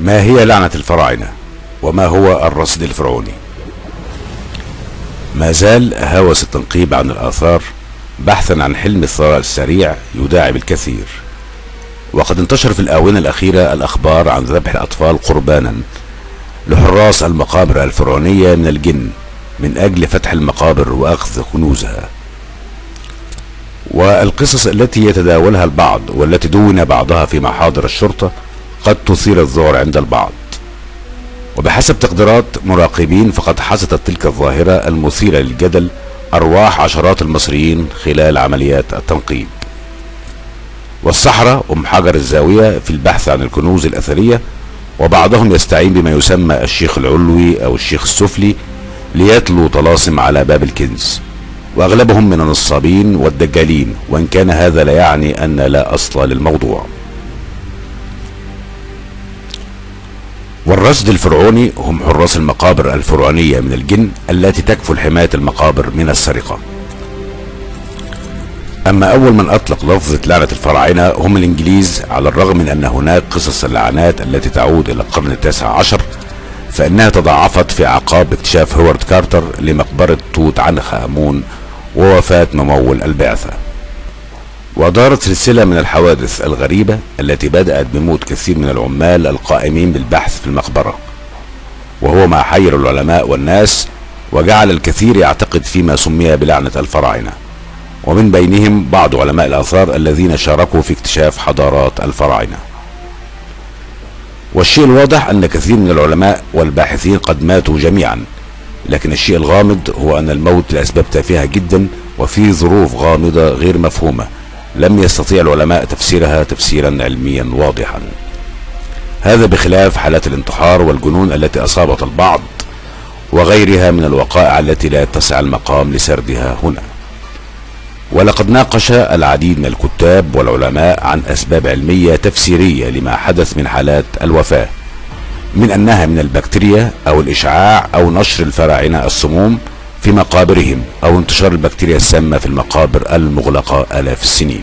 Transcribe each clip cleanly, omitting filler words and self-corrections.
ما هي لعنة الفراعنة؟ وما هو الرصد الفرعوني؟ ما زال هوس التنقيب عن الآثار بحثا عن حلم الثراء السريع يداعب الكثير، وقد انتشر في الآونة الأخيرة الأخبار عن ذبح الأطفال قربانا لحراس المقابر الفرعونية من الجن من أجل فتح المقابر وأخذ كنوزها. والقصص التي يتداولها البعض والتي دون بعضها في محاضر الشرطة قد تثير الذعر عند البعض، وبحسب تقديرات مراقبين فقد حصدت تلك الظاهرة المثيرة للجدل أرواح عشرات المصريين خلال عمليات التنقيب. والسحرة هم حجر الزاوية في البحث عن الكنوز الأثرية، وبعضهم يستعين بما يسمى الشيخ العلوي أو الشيخ السفلي ليتلو طلاسم على باب الكنز، وأغلبهم من النصابين والدجالين، وإن كان هذا لا يعني أن لا أصل للموضوع. والرصد الفرعوني هم حراس المقابر الفرعونية من الجن التي تكفل حماية المقابر من السرقة. أما أول من أطلق لفظة لعنة الفراعنة هم الإنجليز، على الرغم من أن هناك قصص اللعنات التي تعود إلى القرن التاسع عشر، فإنها تضاعفت في أعقاب اكتشاف هوارد كارتر لمقبرة توت عنخ آمون ووفاة ممول البعثة. ودارت سلسلة من الحوادث الغريبة التي بدأت بموت كثير من العمال القائمين بالبحث في المقبرة، وهو ما حير العلماء والناس وجعل الكثير يعتقد فيما سمي بلعنة الفراعنة، ومن بينهم بعض علماء الآثار الذين شاركوا في اكتشاف حضارات الفراعنة. والشيء الواضح أن كثير من العلماء والباحثين قد ماتوا جميعا، لكن الشيء الغامض هو أن الموت لأسباب تافهة جدا وفي ظروف غامضة غير مفهومة لم يستطيع العلماء تفسيرها تفسيرا علميا واضحا. هذا بخلاف حالات الانتحار والجنون التي أصابت البعض وغيرها من الوقائع التي لا يتسع المقام لسردها هنا. ولقد ناقش العديد من الكتاب والعلماء عن أسباب علمية تفسيرية لما حدث من حالات الوفاة، من أنها من البكتيريا أو الإشعاع أو نشر الفراعنة السموم في مقابرهم أو انتشار البكتيريا السامة في المقابر المغلقة آلاف السنين.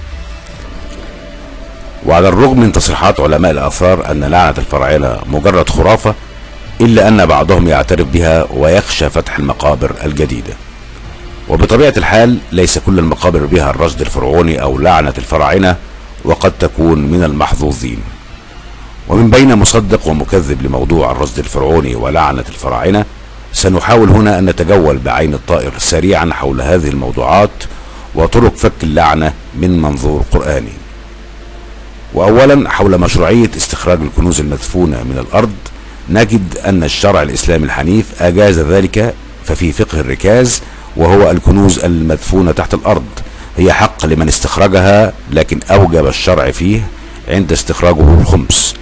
وعلى الرغم من تصريحات علماء الآثار أن لعنة الفراعنة مجرد خرافة، إلا أن بعضهم يعترف بها ويخشى فتح المقابر الجديدة. وبطبيعة الحال ليس كل المقابر بها الرصد الفرعوني أو لعنة الفراعنة، وقد تكون من المحظوظين. ومن بين مصدق ومكذب لموضوع الرصد الفرعوني ولعنة الفراعنة، سنحاول هنا أن نتجول بعين الطائر سريعا حول هذه الموضوعات وطرق فك اللعنة من منظور قرآني. وأولا حول مشروعية استخراج الكنوز المدفونة من الأرض، نجد أن الشرع الإسلامي الحنيف أجاز ذلك، ففي فقه الركاز وهو الكنوز المدفونة تحت الأرض هي حق لمن استخرجها، لكن أوجب الشرع فيه عند استخراجه الخمس،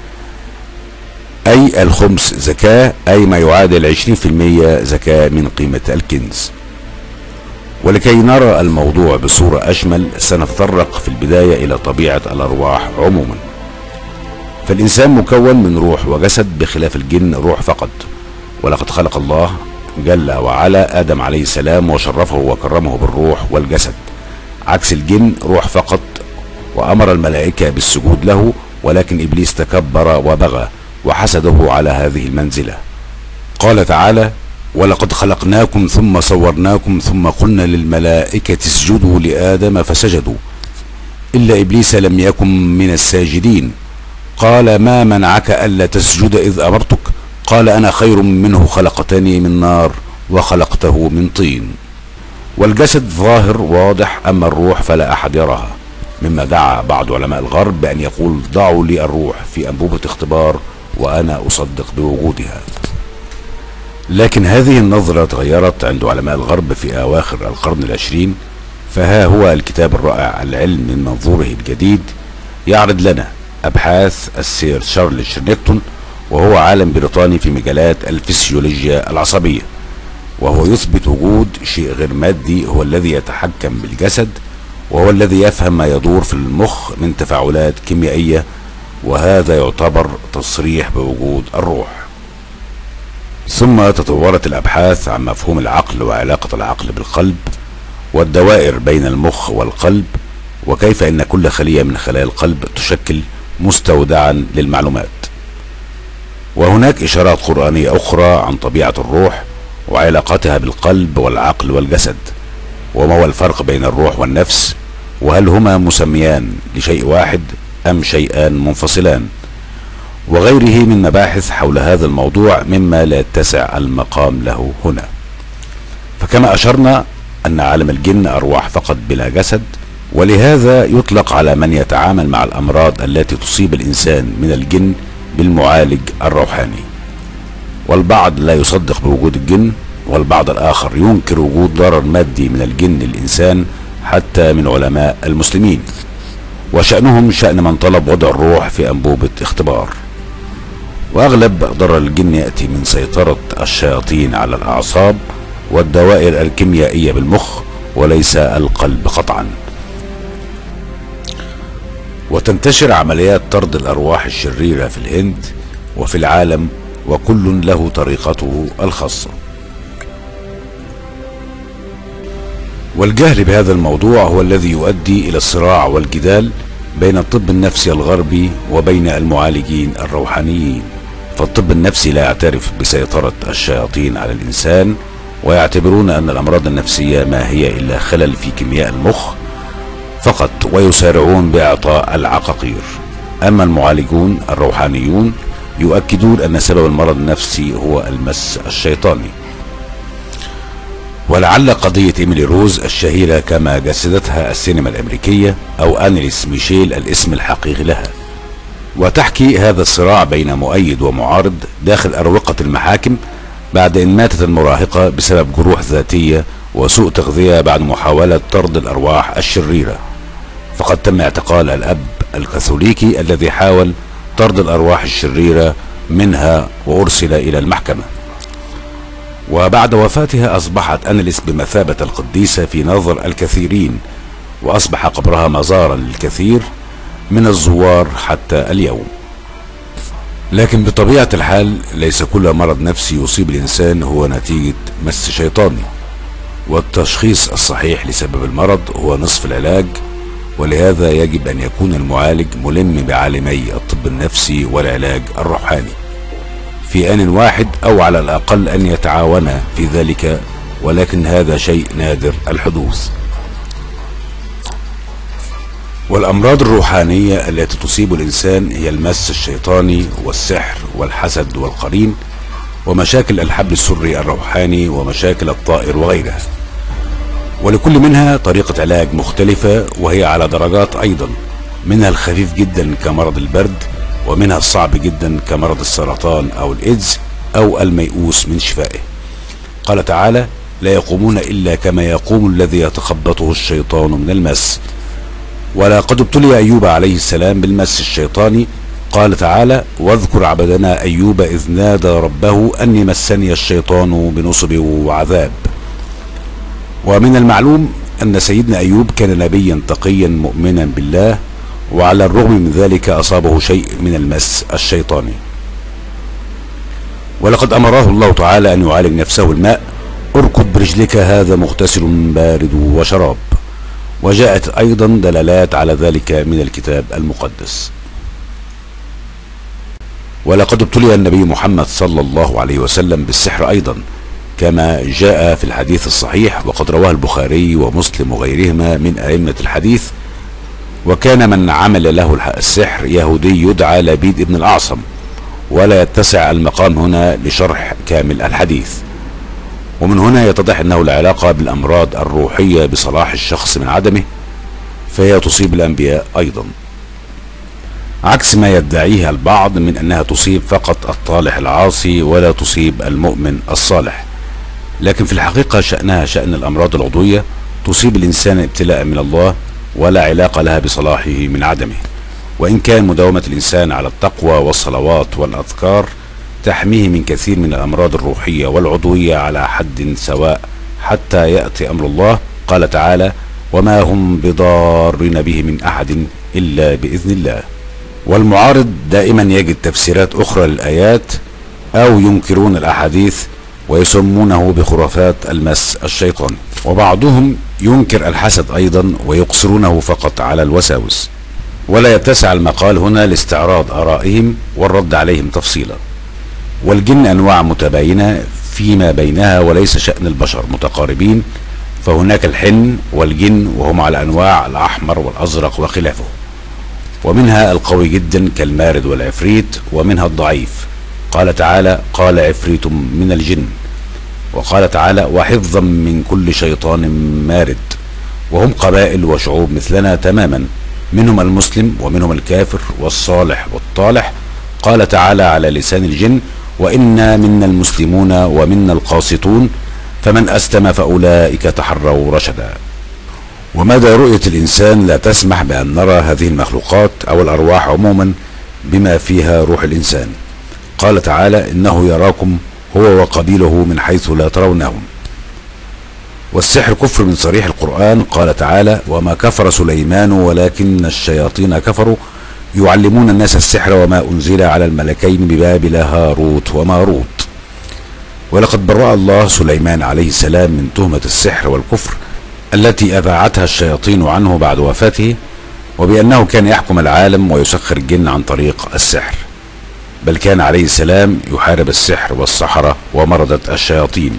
أي الخمس زكاة، أي ما يعادل 20% زكاة من قيمة الكنز. ولكي نرى الموضوع بصورة أشمل سنتطرق في البداية إلى طبيعة الأرواح عموما. فالإنسان مكون من روح وجسد بخلاف الجن روح فقط، ولقد خلق الله جل وعلا آدم عليه السلام وشرفه وكرمه بالروح والجسد، عكس الجن روح فقط، وأمر الملائكة بالسجود له، ولكن إبليس تكبر وبغى وحسده على هذه المنزلة. قال تعالى: ولقد خلقناكم ثم صورناكم ثم قلنا للملائكة اسجدوا لآدم فسجدوا إلا إبليس لم يكن من الساجدين، قال ما منعك ألا تسجد إذ أمرتك؟ قال أنا خير منه خلقتني من نار وخلقته من طين. والجسد ظاهر واضح، أما الروح فلا أحد يراها، مما دعا بعض علماء الغرب بأن يقول ضعوا لي الروح في أنبوبة اختبار وأنا أصدق بوجودها. لكن هذه النظرة تغيرت عند علماء الغرب في أواخر القرن العشرين، فها هو الكتاب الرائع العلم من منظوره الجديد يعرض لنا أبحاث السير شارل شيرنيكتون، وهو عالم بريطاني في مجالات الفسيولوجيا العصبية، وهو يثبت وجود شيء غير مادي هو الذي يتحكم بالجسد، وهو الذي يفهم ما يدور في المخ من تفاعلات كيميائية، وهذا يعتبر تصريح بوجود الروح. ثم تطورت الأبحاث عن مفهوم العقل وعلاقة العقل بالقلب والدوائر بين المخ والقلب، وكيف أن كل خلية من خلايا القلب تشكل مستودعا للمعلومات. وهناك إشارات قرآنية أخرى عن طبيعة الروح وعلاقتها بالقلب والعقل والجسد، وما هو الفرق بين الروح والنفس، وهل هما مسميان لشيء واحد أم شيئان منفصلان، وغيره من مباحث حول هذا الموضوع مما لا يتسع المقام له هنا. فكما أشرنا أن عالم الجن أرواح فقط بلا جسد، ولهذا يطلق على من يتعامل مع الأمراض التي تصيب الإنسان من الجن بالمعالج الروحاني. والبعض لا يصدق بوجود الجن، والبعض الآخر ينكر وجود ضرر مادي من الجن للإنسان حتى من علماء المسلمين، وشأنهم شأن من طلب وضع الروح في أنبوبة اختبار. وأغلب ضرر الجن يأتي من سيطرة الشياطين على الأعصاب والدوائر الكيميائية بالمخ وليس القلب قطعا. وتنتشر عمليات طرد الأرواح الشريرة في الهند وفي العالم، وكل له طريقته الخاصة. والجهل بهذا الموضوع هو الذي يؤدي إلى الصراع والجدال بين الطب النفسي الغربي وبين المعالجين الروحانيين. فالطب النفسي لا يعترف بسيطرة الشياطين على الإنسان، ويعتبرون أن الأمراض النفسية ما هي إلا خلل في كيمياء المخ فقط، ويسارعون بإعطاء العقاقير. أما المعالجون الروحانيون يؤكدون أن سبب المرض النفسي هو المس الشيطاني. ولعل قضية إيميلي روز الشهيرة كما جسدتها السينما الأمريكية، أو أنيليس ميشيل الاسم الحقيقي لها، وتحكي هذا الصراع بين مؤيد ومعارض داخل أروقة المحاكم بعد أن ماتت المراهقة بسبب جروح ذاتية وسوء تغذية بعد محاولة طرد الأرواح الشريرة. فقد تم اعتقال الأب الكاثوليكي الذي حاول طرد الأرواح الشريرة منها وأرسل إلى المحكمة. وبعد وفاتها أصبحت أنيليس بمثابة القديسة في نظر الكثيرين، وأصبح قبرها مزارا للكثير من الزوار حتى اليوم. لكن بطبيعة الحال ليس كل مرض نفسي يصيب الإنسان هو نتيجة مس شيطاني، والتشخيص الصحيح لسبب المرض هو نصف العلاج. ولهذا يجب أن يكون المعالج ملم بعالمي الطب النفسي والعلاج الروحاني في آن واحد، أو على الأقل أن يتعاونا في ذلك، ولكن هذا شيء نادر الحدوث. والأمراض الروحانية التي تصيب الإنسان هي المس الشيطاني والسحر والحسد والقرين، ومشاكل الحبل السري الروحاني، ومشاكل الطائر وغيرها. ولكل منها طريقة علاج مختلفة، وهي على درجات أيضا، منها الخفيف جدا كمرض البرد، ومنها الصعب جدا كمرض السرطان أو الإيدز أو الميؤوس من شفائه. قال تعالى: لا يقومون إلا كما يقوم الذي يتخبطه الشيطان من المس. ولقد ابتلي أيوب عليه السلام بالمس الشيطاني. قال تعالى: واذكر عبدنا أيوب إذ نادى ربه أني مسني الشيطان بنصب وعذاب. ومن المعلوم أن سيدنا أيوب كان نبيا تقيا مؤمنا بالله، وعلى الرغم من ذلك أصابه شيء من المس الشيطاني. ولقد أمره الله تعالى أن يعالج نفسه الماء: اركض برجلك هذا مغتسل بارد وشراب. وجاءت أيضا دلالات على ذلك من الكتاب المقدس. ولقد ابتلي النبي محمد صلى الله عليه وسلم بالسحر أيضا، كما جاء في الحديث الصحيح، وقد رواه البخاري ومسلم وغيرهما من أئمة الحديث. وكان من عمل له السحر يهودي يدعى لبيد ابن الأعصم، ولا يتسع المقام هنا لشرح كامل الحديث. ومن هنا يتضح أنه العلاقة بالأمراض الروحية بصلاح الشخص من عدمه، فهي تصيب الأنبياء أيضا، عكس ما يدعيه البعض من أنها تصيب فقط الطالح العاصي ولا تصيب المؤمن الصالح. لكن في الحقيقة شأنها شأن الأمراض العضوية، تصيب الإنسان ابتلاء من الله، ولا علاقة لها بصلاحه من عدمه. وإن كان مداومة الإنسان على التقوى والصلوات والأذكار تحميه من كثير من الأمراض الروحية والعضوية على حد سواء حتى يأتي أمر الله. قال تعالى: وما هم بضارين به من أحد إلا بإذن الله. والمعارض دائما يجد تفسيرات أخرى للآيات، أو ينكرون الأحاديث ويسمونه بخرافات المس الشيطاني. وبعضهم ينكر الحسد أيضا ويقصرونه فقط على الوساوس. ولا يتسع المقال هنا لاستعراض آرائهم والرد عليهم تفصيلا. والجن أنواع متباينة فيما بينها، وليس شأن البشر متقاربين، فهناك الحن والجن وهم على أنواع الأحمر والأزرق وخلافه، ومنها القوي جدا كالمارد والعفريت، ومنها الضعيف. قال تعالى: قال عفريت من الجن. وقال تعالى: وحفظا من كل شيطان مارد. وهم قبائل وشعوب مثلنا تماما، منهم المسلم ومنهم الكافر والصالح والطالح. قال تعالى على لسان الجن: وإنا منا المسلمون ومنا القاسطون فمن أسلم فأولئك تحروا رشدا. ومدى رؤية الإنسان لا تسمح بأن نرى هذه المخلوقات أو الأرواح عموما بما فيها روح الإنسان. قال تعالى: إنه يراكم هو وقبيله من حيث لا ترونهم. والسحر كفر من صريح القرآن. قال تعالى: وما كفر سليمان ولكن الشياطين كفروا يعلمون الناس السحر وما أنزل على الملكين ببابل هاروت وماروت. ولقد برأ الله سليمان عليه السلام من تهمة السحر والكفر التي أذاعتها الشياطين عنه بعد وفاته، وبأنه كان يحكم العالم ويسخر الجن عن طريق السحر، بل كان عليه السلام يحارب السحر والسحرة ومردة الشياطين.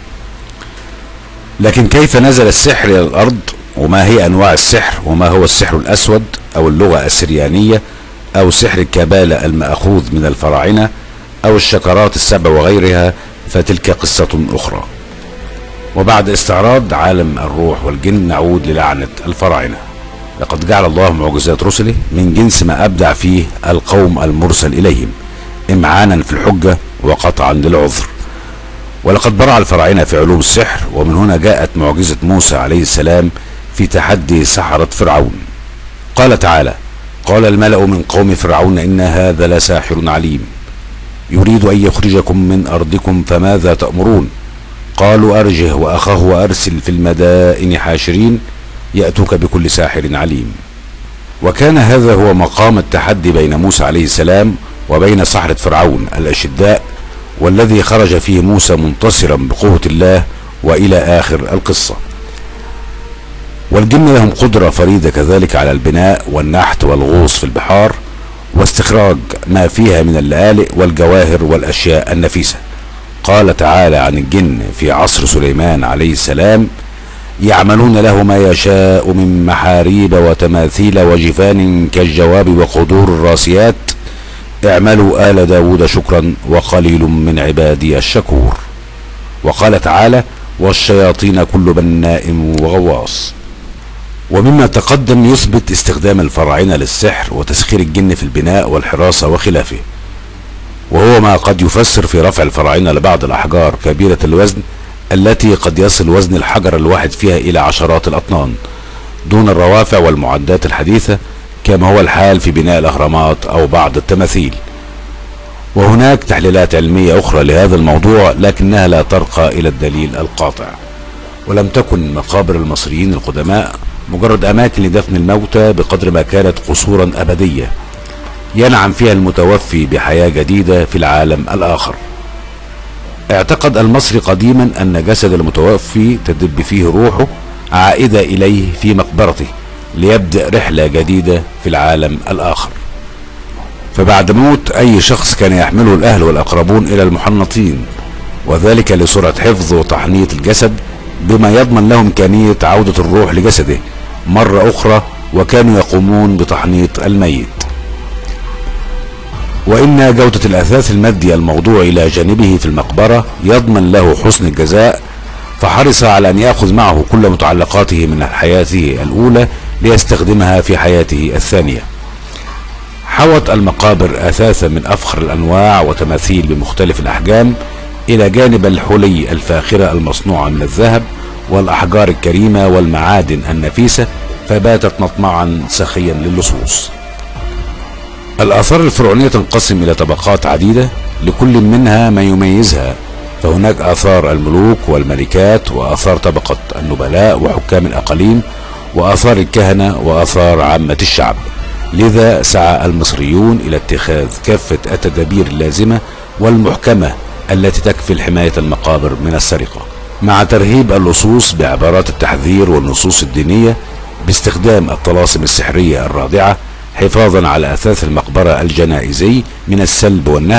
لكن كيف نزل السحر إلى الأرض؟ وما هي أنواع السحر؟ وما هو السحر الأسود أو اللغة السريانية أو سحر الكبالة المأخوذ من الفراعنة أو الشكرات السبع وغيرها؟ فتلك قصة أخرى. وبعد استعراض عالم الروح والجن نعود للعنة الفراعنة. لقد جعل الله معجزات رسله من جنس ما أبدع فيه القوم المرسل إليهم، إمعانا في الحجة وقطعا للعذر. ولقد برع الفراعنة في علوم السحر، ومن هنا جاءت معجزة موسى عليه السلام في تحدي سحرة فرعون. قال تعالى: قال الملأ من قوم فرعون إن هذا لساحر عليم يريد أن يخرجكم من أرضكم فماذا تأمرون؟ قالوا أرجه وأخاه وأرسل في المدائن حاشرين يأتوك بكل ساحر عليم. وكان هذا هو مقام التحدي بين موسى عليه السلام وبين سحرة فرعون الأشداء، والذي خرج فيه موسى منتصرا بقوة الله وإلى آخر القصة. والجن لهم قدرة فريدة كذلك على البناء والنحت والغوص في البحار واستخراج ما فيها من اللآلئ والجواهر والأشياء النفيسة. قال تعالى عن الجن في عصر سليمان عليه السلام: يعملون له ما يشاء من محاريب وتماثيل وجفان كالجواب وقدور الراسيات اعملوا آل داود شكرا وقليل من عبادي الشكور. وقال تعالى: والشياطين كل بناء وغواص. ومما تقدم يثبت استخدام الفراعنة للسحر وتسخير الجن في البناء والحراسة وخلافه، وهو ما قد يفسر في رفع الفراعنة لبعض الأحجار كبيرة الوزن التي قد يصل وزن الحجر الواحد فيها إلى عشرات الأطنان دون الروافع والمعدات الحديثة، كما هو الحال في بناء الأهرامات أو بعض التماثيل. وهناك تحليلات علمية أخرى لهذا الموضوع، لكنها لا ترقى إلى الدليل القاطع. ولم تكن مقابر المصريين القدماء مجرد أماكن لدفن الموتى، بقدر ما كانت قصورا أبدية ينعم فيها المتوفي بحياة جديدة في العالم الآخر. اعتقد المصري قديما أن جسد المتوفي تدب فيه روحه عائدة إليه في مقبرته ليبدأ رحلة جديدة في العالم الآخر. فبعد موت أي شخص كان يحمله الأهل والأقربون إلى المحنطين، وذلك لسرعة حفظ وتحنيط الجسد بما يضمن له إمكانية عودة الروح لجسده مرة أخرى، وكانوا يقومون بتحنيط الميت. وإن جودة الأثاث المادي الموضوع إلى جانبه في المقبرة يضمن له حسن الجزاء، فحرص على أن يأخذ معه كل متعلقاته من حياته الأولى ليستخدمها في حياته الثانية. حوت المقابر أثاثا من أفخر الأنواع وتماثيل بمختلف الأحجام، إلى جانب الحلي الفاخرة المصنوعة من الذهب والأحجار الكريمة والمعادن النفيسة، فباتت مطمعا سخيا للصوص. الآثار الفرعونية تنقسم إلى طبقات عديدة لكل منها ما يميزها، فهناك آثار الملوك والملكات، وآثار طبقة النبلاء وحكام الأقاليم، وآثار الكهنة، وآثار عامة الشعب. لذا سعى المصريون إلى اتخاذ كافة التدابير اللازمة والمحكمة التي تكفل حماية المقابر من السرقة، مع ترهيب اللصوص بعبارات التحذير والنصوص الدينية باستخدام الطلاسم السحرية الرادعة، حفاظا على أثاث المقبرة الجنائزي من السلب والنهب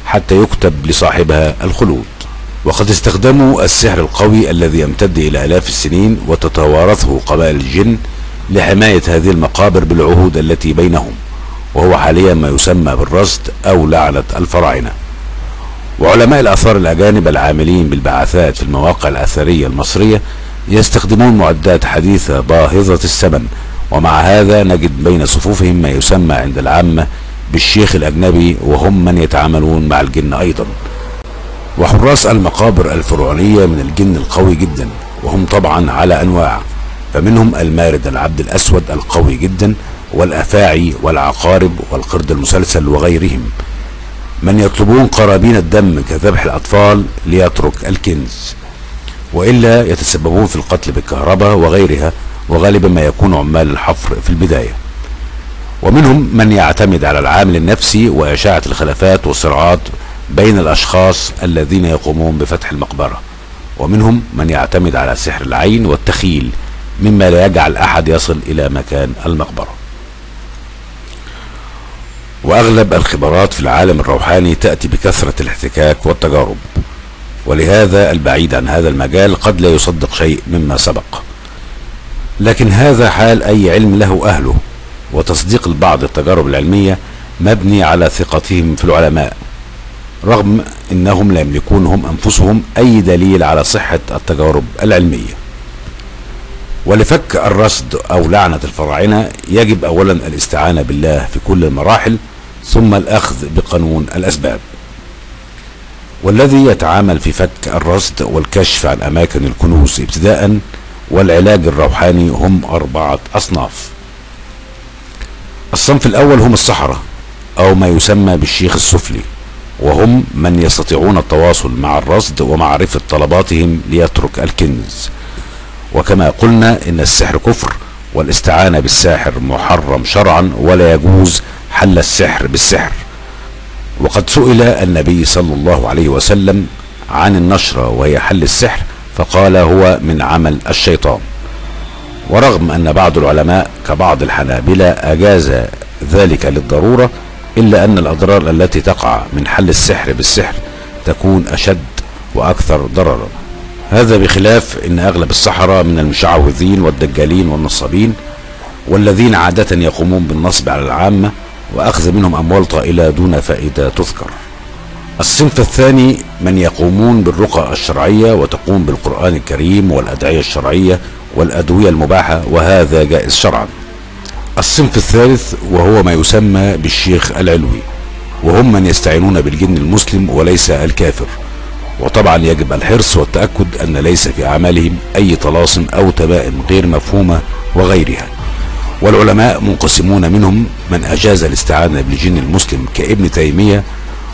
حتى يكتب لصاحبها الخلود. وقد استخدموا السحر القوي الذي يمتد إلى آلاف السنين وتتوارثه قبائل الجن لحماية هذه المقابر بالعهود التي بينهم، وهو حاليا ما يسمى بالرصد أو لعنة الفراعنة. وعلماء الآثار الأجانب العاملين بالبعثات في المواقع الأثرية المصرية يستخدمون معدات حديثة باهظة الثمن، ومع هذا نجد بين صفوفهم ما يسمى عند العامة بالشيخ الأجنبي، وهم من يتعاملون مع الجن أيضا. وحراس المقابر الفرعونية من الجن القوي جدا، وهم طبعا على أنواع، فمنهم المارد العبد الأسود القوي جدا، والأفاعي والعقارب والقرد المسلسل وغيرهم، من يطلبون قرابين الدم كذبح الأطفال ليترك الكنز، وإلا يتسببون في القتل بالكهرباء وغيرها، وغالبا ما يكون عمال الحفر في البداية. ومنهم من يعتمد على العامل النفسي وإشاعة الخلافات والصراعات بين الأشخاص الذين يقومون بفتح المقبرة، ومنهم من يعتمد على سحر العين والتخيل مما لا يجعل أحد يصل إلى مكان المقبرة. وأغلب الخبرات في العالم الروحاني تأتي بكثرة الاحتكاك والتجارب، ولهذا البعيد عن هذا المجال قد لا يصدق شيء مما سبق، لكن هذا حال أي علم له أهله، وتصديق البعض التجارب العلمية مبني على ثقتهم في العلماء، رغم أنهم لا يملكون هم أنفسهم أي دليل على صحة التجارب العلمية. ولفك الرصد أو لعنة الفراعنة يجب أولا الاستعانة بالله في كل المراحل، ثم الأخذ بقانون الأسباب. والذي يتعامل في فك الرصد والكشف عن أماكن الكنوز ابتداء والعلاج الروحاني هم 4 أصناف. الصنف الأول هم السحرة أو ما يسمى بالشيخ السفلي، وهم من يستطيعون التواصل مع الرصد ومعرفة طلباتهم ليترك الكنز. وكما قلنا إن السحر كفر، والاستعانة بالساحر محرم شرعا، ولا يجوز حل السحر بالسحر. وقد سئل النبي صلى الله عليه وسلم عن النشرة وهي حل السحر، فقال هو من عمل الشيطان. ورغم أن بعض العلماء كبعض الحنابلة أجاز ذلك للضرورة، إلا أن الأضرار التي تقع من حل السحر بالسحر تكون أشد وأكثر ضررا. هذا بخلاف أن أغلب السحرة من المشعوذين والدجالين والنصابين، والذين عادة يقومون بالنصب على العامة وأخذ منهم أموال طائلة دون فائدة تذكر. الصنف الثاني من يقومون بالرقى الشرعية وتقوم بالقرآن الكريم والأدعية الشرعية والأدوية المباحة، وهذا جائز شرعا. الصنف الثالث وهو ما يسمى بالشيخ العلوي، وهم من يستعينون بالجن المسلم وليس الكافر، وطبعا يجب الحرص والتأكد أن ليس في أعمالهم أي طلاسم أو تمائم غير مفهومة وغيرها. والعلماء منقسمون، منهم من أجاز الاستعانة بالجن المسلم كابن تيمية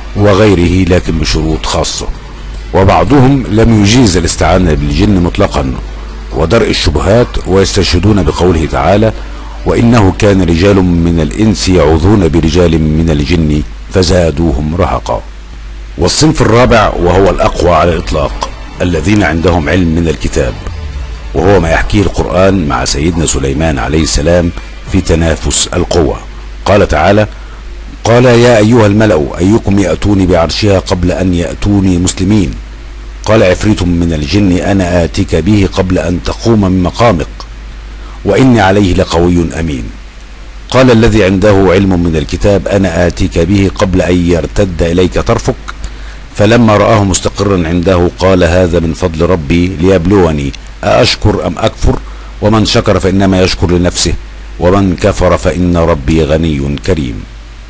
وغيره لكن بشروط خاصة، وبعضهم لم يجيز الاستعانة بالجن مطلقا ودرء الشبهات، ويستشهدون بقوله تعالى: وإنه كان رجال من الإنس يعوذون برجال من الجن فزادوهم رهقا. والصنف الرابع وهو الأقوى على الإطلاق الذين عندهم علم من الكتاب، وهو ما يحكيه القرآن مع سيدنا سليمان عليه السلام في تنافس القوة. قال تعالى: قال يا أيها الملأ أيكم يأتوني بعرشها قبل أن يأتوني مسلمين، قال عفريت من الجن أنا آتيك به قبل أن تقوم من مقامك وإني عليه لقوي أمين. قال الذي عنده علم من الكتاب أنا آتيك به قبل أن يرتد إليك طرفك، فلما رآه مستقرا عنده قال هذا من فضل ربي ليبلوني أأشكر أم أكفر، ومن شكر فإنما يشكر لنفسه ومن كفر فإن ربي غني كريم.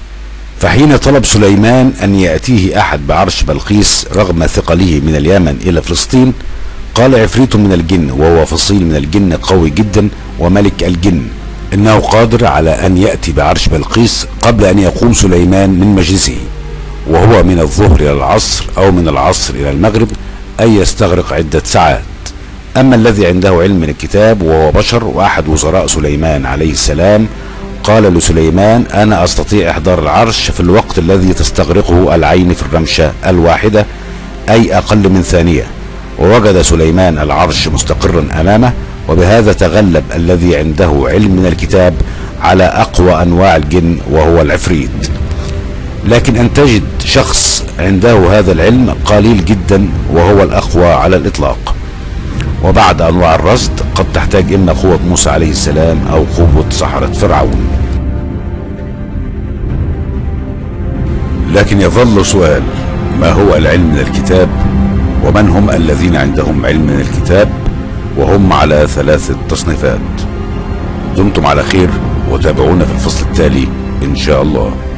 فحين طلب سليمان أن يأتيه أحد بعرش بلقيس رغم ثقله من اليمن إلى فلسطين، قال عفريت من الجن، وهو فصيل من الجن قوي جدا وملك الجن، إنه قادر على أن يأتي بعرش بلقيس قبل أن يقوم سليمان من مجلسه، وهو من الظهر إلى العصر أو من العصر إلى المغرب، أي يستغرق عدة ساعات. أما الذي عنده علم من الكتاب وهو بشر وأحد وزراء سليمان عليه السلام، قال لسليمان أنا أستطيع إحضار العرش في الوقت الذي تستغرقه العين في الرمشة الواحدة، أي أقل من ثانية. ووجد سليمان العرش مستقرا أمامه، وبهذا تغلب الذي عنده علم من الكتاب على أقوى أنواع الجن وهو العفريت. لكن أن تجد شخص عنده هذا العلم قليل جدا وهو الأقوى على الإطلاق. وبعد أنواع الرصد قد تحتاج إما قوة موسى عليه السلام أو قوة سحرة فرعون. لكن يظل سؤال: ما هو العلم من الكتاب؟ ومن هم الذين عندهم علم من الكتاب؟ وهم على 3 تصنيفات. دمتم على خير وتابعونا في الفصل التالي إن شاء الله.